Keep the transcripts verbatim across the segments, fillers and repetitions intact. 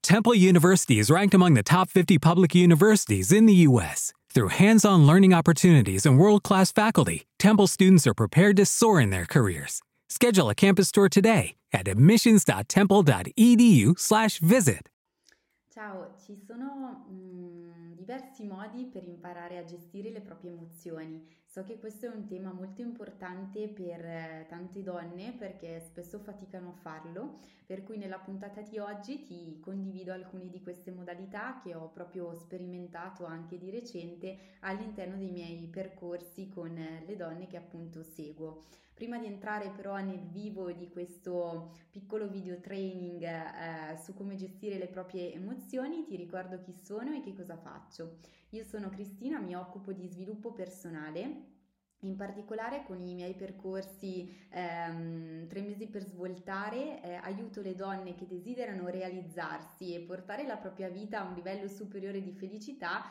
Temple University is ranked among the top fifty public universities in the U S. Through hands-on learning opportunities and world-class faculty, Temple students are prepared to soar in their careers. Schedule a campus tour today at admissions.temple.edu slash visit. Ciao, ci sono mm, diversi modi per imparare a gestire le proprie emozioni. So che questo è un tema molto importante per eh, tante donne perché spesso faticano a farlo, per cui nella puntata di oggi ti condivido alcune di queste modalità che ho proprio sperimentato anche di recente all'interno dei miei percorsi con eh, le donne che appunto seguo. Prima di entrare però nel vivo di questo piccolo video training eh, su come gestire le proprie emozioni, ti ricordo chi sono e che cosa faccio. Io sono Cristina, mi occupo di sviluppo personale. In particolare con i miei percorsi ehm, tre mesi per svoltare, eh, aiuto le donne che desiderano realizzarsi e portare la propria vita a un livello superiore di felicità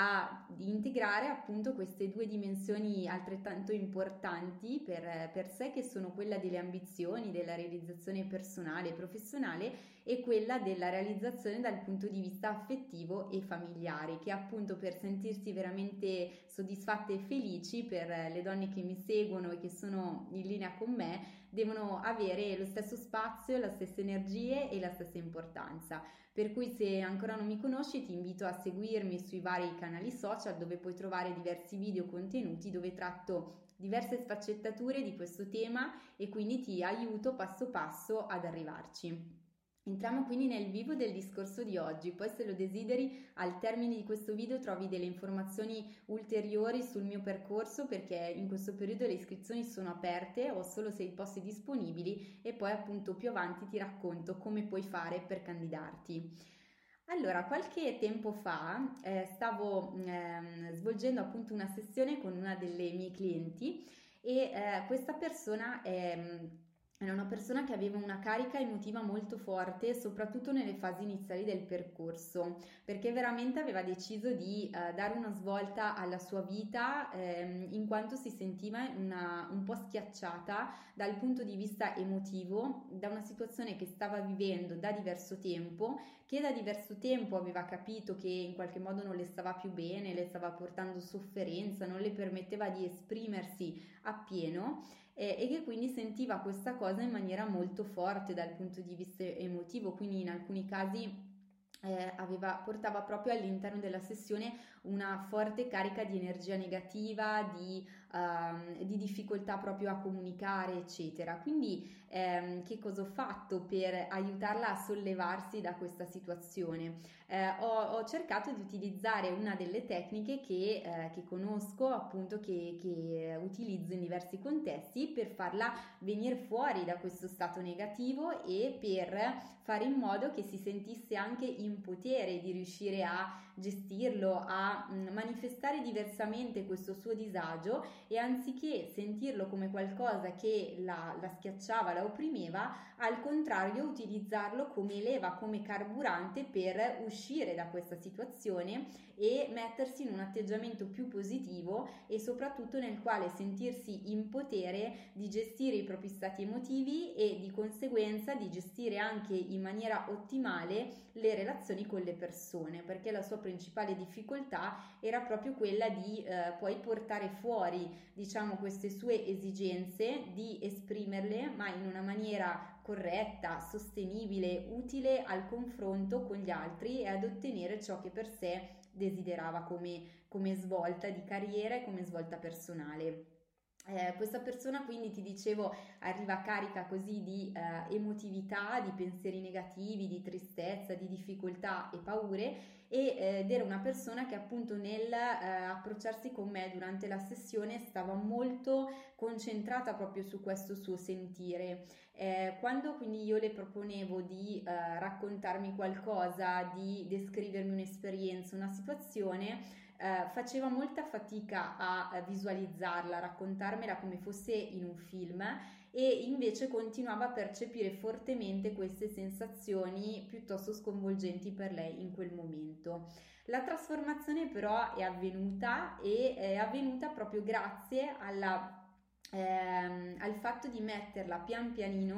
a integrare appunto queste due dimensioni altrettanto importanti per, per sé, che sono quella delle ambizioni, della realizzazione personale e professionale, e quella della realizzazione dal punto di vista affettivo e familiare, che appunto per sentirsi veramente soddisfatte e felici, per le donne che mi seguono e che sono in linea con me, devono avere lo stesso spazio, le stesse energie e la stessa importanza. Per cui se ancora non mi conosci ti invito a seguirmi sui vari canali social, dove puoi trovare diversi video contenuti dove tratto diverse sfaccettature di questo tema e quindi ti aiuto passo passo ad arrivarci. Entriamo quindi nel vivo del discorso di oggi, poi se lo desideri al termine di questo video trovi delle informazioni ulteriori sul mio percorso, perché in questo periodo le iscrizioni sono aperte, ho solo sei posti disponibili e poi appunto più avanti ti racconto come puoi fare per candidarti. Allora, qualche tempo fa eh, stavo ehm, svolgendo appunto una sessione con una delle mie clienti e eh, questa persona è... Era una persona che aveva una carica emotiva molto forte, soprattutto nelle fasi iniziali del percorso, perché veramente aveva deciso di eh, dare una svolta alla sua vita, ehm, in quanto si sentiva una, un po' schiacciata dal punto di vista emotivo, da una situazione che stava vivendo da diverso tempo, che da diverso tempo aveva capito che in qualche modo non le stava più bene, le stava portando sofferenza, non le permetteva di esprimersi appieno. E che quindi sentiva questa cosa in maniera molto forte dal punto di vista emotivo, quindi in alcuni casi eh, aveva, portava proprio all'interno della sessione una forte carica di energia negativa, di, um, di difficoltà proprio a comunicare, eccetera. Quindi ehm, che cosa ho fatto per aiutarla a sollevarsi da questa situazione? Eh, ho, ho cercato di utilizzare una delle tecniche che, eh, che conosco, appunto che, che utilizzo in diversi contesti per farla venire fuori da questo stato negativo e per fare in modo che si sentisse anche in potere di riuscire a gestirlo, a mh, manifestare diversamente questo suo disagio, e anziché sentirlo come qualcosa che la, la schiacciava, la opprimeva, al contrario utilizzarlo come leva, come carburante per uscire da questa situazione e mettersi in un atteggiamento più positivo e soprattutto nel quale sentirsi in potere di gestire i propri stati emotivi e di conseguenza di gestire anche in maniera ottimale le relazioni con le persone, perché la sua principale difficoltà era proprio quella di eh, poi portare fuori, diciamo, queste sue esigenze, di esprimerle ma in una maniera corretta, sostenibile, utile al confronto con gli altri e ad ottenere ciò che per sé desiderava come, come svolta di carriera e come svolta personale. Eh, questa persona, quindi ti dicevo, arriva carica così di eh, emotività, di pensieri negativi, di tristezza, di difficoltà e paure, e, eh, ed era una persona che appunto nel eh, approcciarsi con me durante la sessione stava molto concentrata proprio su questo suo sentire. Eh, quando quindi io le proponevo di eh, raccontarmi qualcosa, di descrivermi un'esperienza, una situazione, Uh, faceva molta fatica a, a visualizzarla, a raccontarmela come fosse in un film, e invece continuava a percepire fortemente queste sensazioni piuttosto sconvolgenti per lei in quel momento. La trasformazione però è avvenuta e è avvenuta proprio grazie alla, ehm, al fatto di metterla pian pianino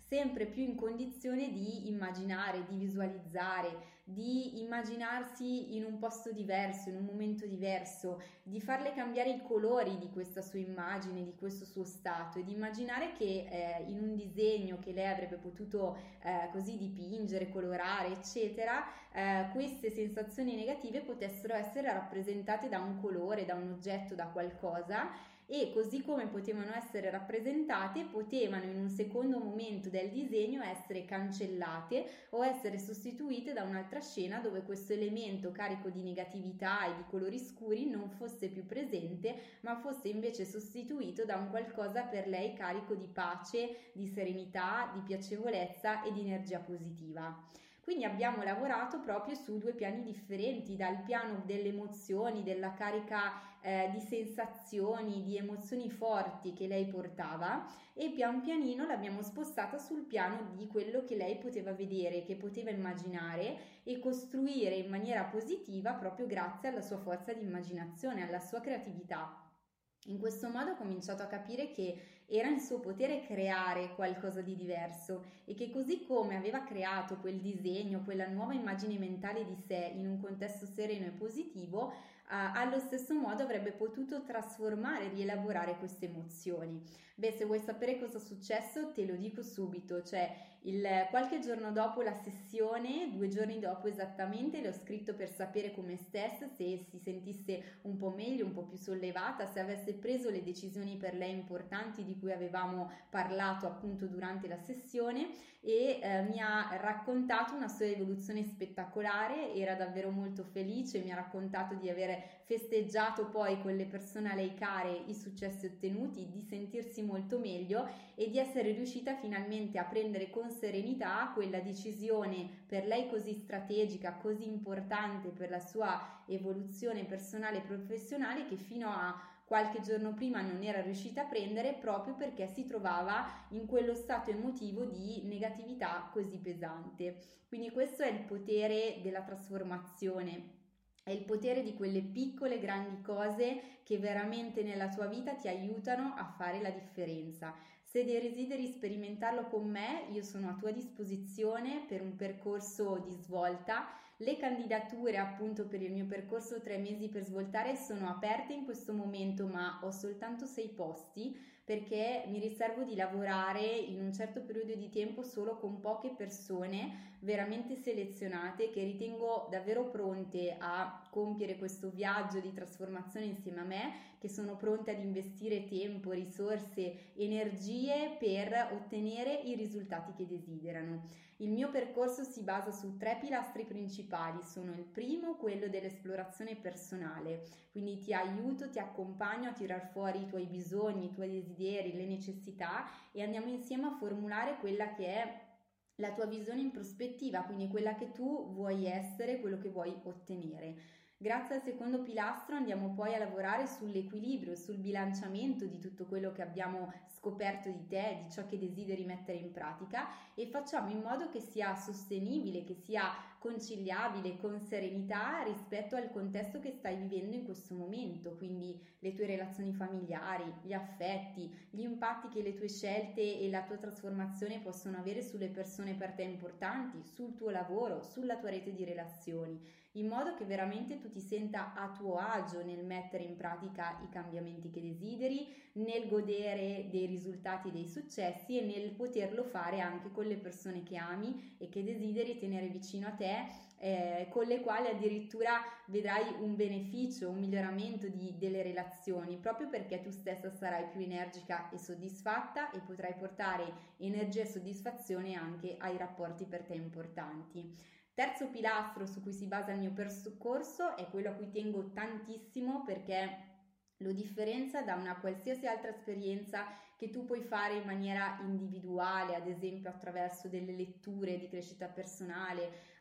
sempre più in condizione di immaginare, di visualizzare, di immaginarsi in un posto diverso, in un momento diverso, di farle cambiare i colori di questa sua immagine, di questo suo stato, e di immaginare che eh, in un disegno che lei avrebbe potuto eh, così dipingere, colorare, eccetera, eh, queste sensazioni negative potessero essere rappresentate da un colore, da un oggetto, da qualcosa, e così come potevano essere rappresentate, potevano in un secondo momento del disegno essere cancellate o essere sostituite da un'altra scena dove questo elemento carico di negatività e di colori scuri non fosse più presente, ma fosse invece sostituito da un qualcosa per lei carico di pace, di serenità, di piacevolezza e di energia positiva. Quindi abbiamo lavorato proprio su due piani differenti, dal piano delle emozioni, della carica eh, di sensazioni, di emozioni forti che lei portava, e pian pianino l'abbiamo spostata sul piano di quello che lei poteva vedere, che poteva immaginare e costruire in maniera positiva proprio grazie alla sua forza di immaginazione, alla sua creatività. In questo modo ho cominciato a capire che era in suo potere creare qualcosa di diverso e che così come aveva creato quel disegno, quella nuova immagine mentale di sé in un contesto sereno e positivo, eh, allo stesso modo avrebbe potuto trasformare e rielaborare queste emozioni. Beh, se vuoi sapere cosa è successo, te lo dico subito, cioè il, qualche giorno dopo la sessione, due giorni dopo esattamente, le ho scritto per sapere come stesse, se si sentisse un po' meglio, un po' più sollevata, se avesse preso le decisioni per lei importanti di cui avevamo parlato appunto durante la sessione, e eh, mi ha raccontato una sua evoluzione spettacolare, era davvero molto felice, mi ha raccontato di aver festeggiato poi con le persone a lei care i successi ottenuti, di sentirsi molto meglio e di essere riuscita finalmente a prendere con serenità quella decisione per lei così strategica, così importante per la sua evoluzione personale e professionale, che fino a qualche giorno prima non era riuscita a prendere, proprio perché si trovava in quello stato emotivo di negatività così pesante. Quindi questo è il potere della trasformazione, è il potere di quelle piccole grandi cose che veramente nella tua vita ti aiutano a fare la differenza. Se desideri sperimentarlo con me, io sono a tua disposizione per un percorso di svolta. Le candidature appunto per il mio percorso tre mesi per svoltare sono aperte in questo momento, ma ho soltanto sei posti perché mi riservo di lavorare in un certo periodo di tempo solo con poche persone veramente selezionate che ritengo davvero pronte a compiere questo viaggio di trasformazione insieme a me, che sono pronte ad investire tempo, risorse, energie per ottenere i risultati che desiderano. Il mio percorso si basa su tre pilastri principali. Sono il primo, quello dell'esplorazione personale, quindi ti aiuto, ti accompagno a tirar fuori i tuoi bisogni, i tuoi desideri, le necessità, e andiamo insieme a formulare quella che è la tua visione in prospettiva, quindi quella che tu vuoi essere, quello che vuoi ottenere. Grazie al secondo pilastro andiamo poi a lavorare sull'equilibrio, sul bilanciamento di tutto quello che abbiamo scoperto di te, di ciò che desideri mettere in pratica, e facciamo in modo che sia sostenibile, che sia conciliabile con serenità rispetto al contesto che stai vivendo in questo momento, quindi le tue relazioni familiari, gli affetti, gli impatti che le tue scelte e la tua trasformazione possono avere sulle persone per te importanti, sul tuo lavoro, sulla tua rete di relazioni, in modo che veramente tu ti senta a tuo agio nel mettere in pratica i cambiamenti che desideri, nel godere dei risultati e dei successi e nel poterlo fare anche con le persone che ami e che desideri tenere vicino a te, eh, con le quali addirittura vedrai un beneficio, un miglioramento di, delle relazioni, proprio perché tu stessa sarai più energica e soddisfatta e potrai portare energia e soddisfazione anche ai rapporti per te importanti. Terzo pilastro su cui si basa il mio percorso è quello a cui tengo tantissimo perché lo differenzia da una qualsiasi altra esperienza che tu puoi fare in maniera individuale, ad esempio attraverso delle letture di crescita personale,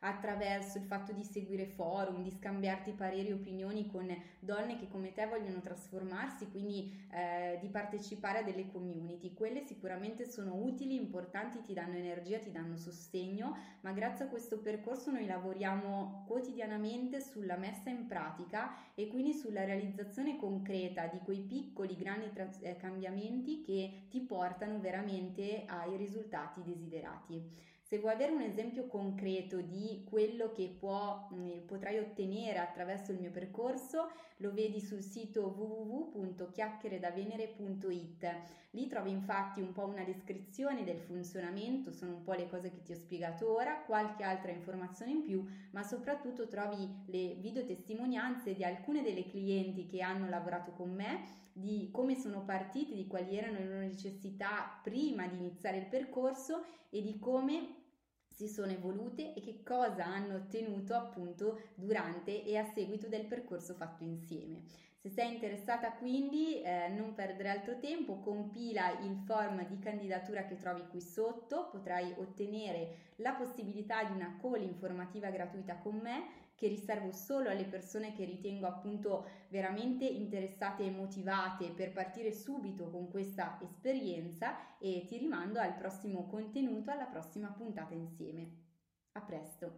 attraverso il fatto di seguire forum, di scambiarti pareri e opinioni con donne che come te vogliono trasformarsi, quindi eh, di partecipare a delle community. Quelle sicuramente sono utili, importanti, ti danno energia, ti danno sostegno, ma grazie a questo percorso noi lavoriamo quotidianamente sulla messa in pratica e quindi sulla realizzazione concreta di quei piccoli grandi trans- eh, cambiamenti che ti portano veramente ai risultati desiderati. Se vuoi avere un esempio concreto di quello che può, mh, potrai ottenere attraverso il mio percorso, lo vedi sul sito w w w punto chiacchiere da venere punto i t. Lì trovi infatti un po' una descrizione del funzionamento, sono un po' le cose che ti ho spiegato ora, qualche altra informazione in più, ma soprattutto trovi le videotestimonianze di alcune delle clienti che hanno lavorato con me, di come sono partiti, di quali erano le loro necessità prima di iniziare il percorso e di come si sono evolute e che cosa hanno ottenuto appunto durante e a seguito del percorso fatto insieme. Se sei interessata quindi eh, non perdere altro tempo, compila il form di candidatura che trovi qui sotto, potrai ottenere la possibilità di una call informativa gratuita con me che riservo solo alle persone che ritengo appunto veramente interessate e motivate per partire subito con questa esperienza, e ti rimando al prossimo contenuto, alla prossima puntata insieme. A presto!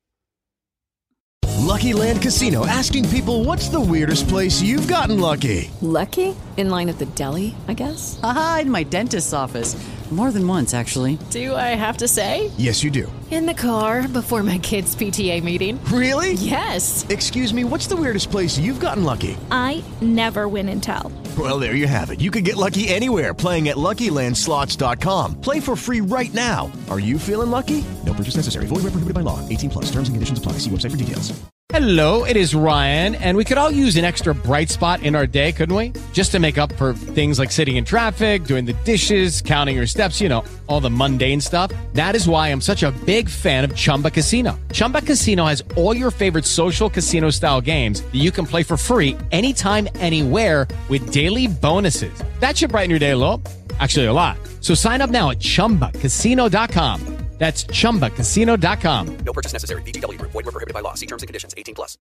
Lucky Land Casino, asking people, what's the weirdest place you've gotten lucky? Lucky? In line at the deli, I guess? Aha, in my dentist's office. More than once, actually. Do I have to say? Yes, you do. In the car before my kids' P T A meeting. Really? Yes. Excuse me, what's the weirdest place you've gotten lucky? I never win and tell. Well, there you have it. You can get lucky anywhere, playing at Lucky Land Slots dot com. Play for free right now. Are you feeling lucky? No purchase necessary. Void where prohibited by law. eighteen plus. Terms and conditions apply. See website for details. Hello, it is Ryan, and we could all use an extra bright spot in our day, couldn't we? Just to make up for things like sitting in traffic, doing the dishes, counting your steps, you know, all the mundane stuff. That is why I'm such a big fan of Chumba Casino. Chumba Casino has all your favorite social casino-style games that you can play for free anytime, anywhere with daily bonuses. That should brighten your day a little. Actually, a lot. So sign up now at chumba casino dot com. That's chumba casino dot com. No purchase necessary. V G W Group. Void where prohibited by law. See terms and conditions. eighteen plus.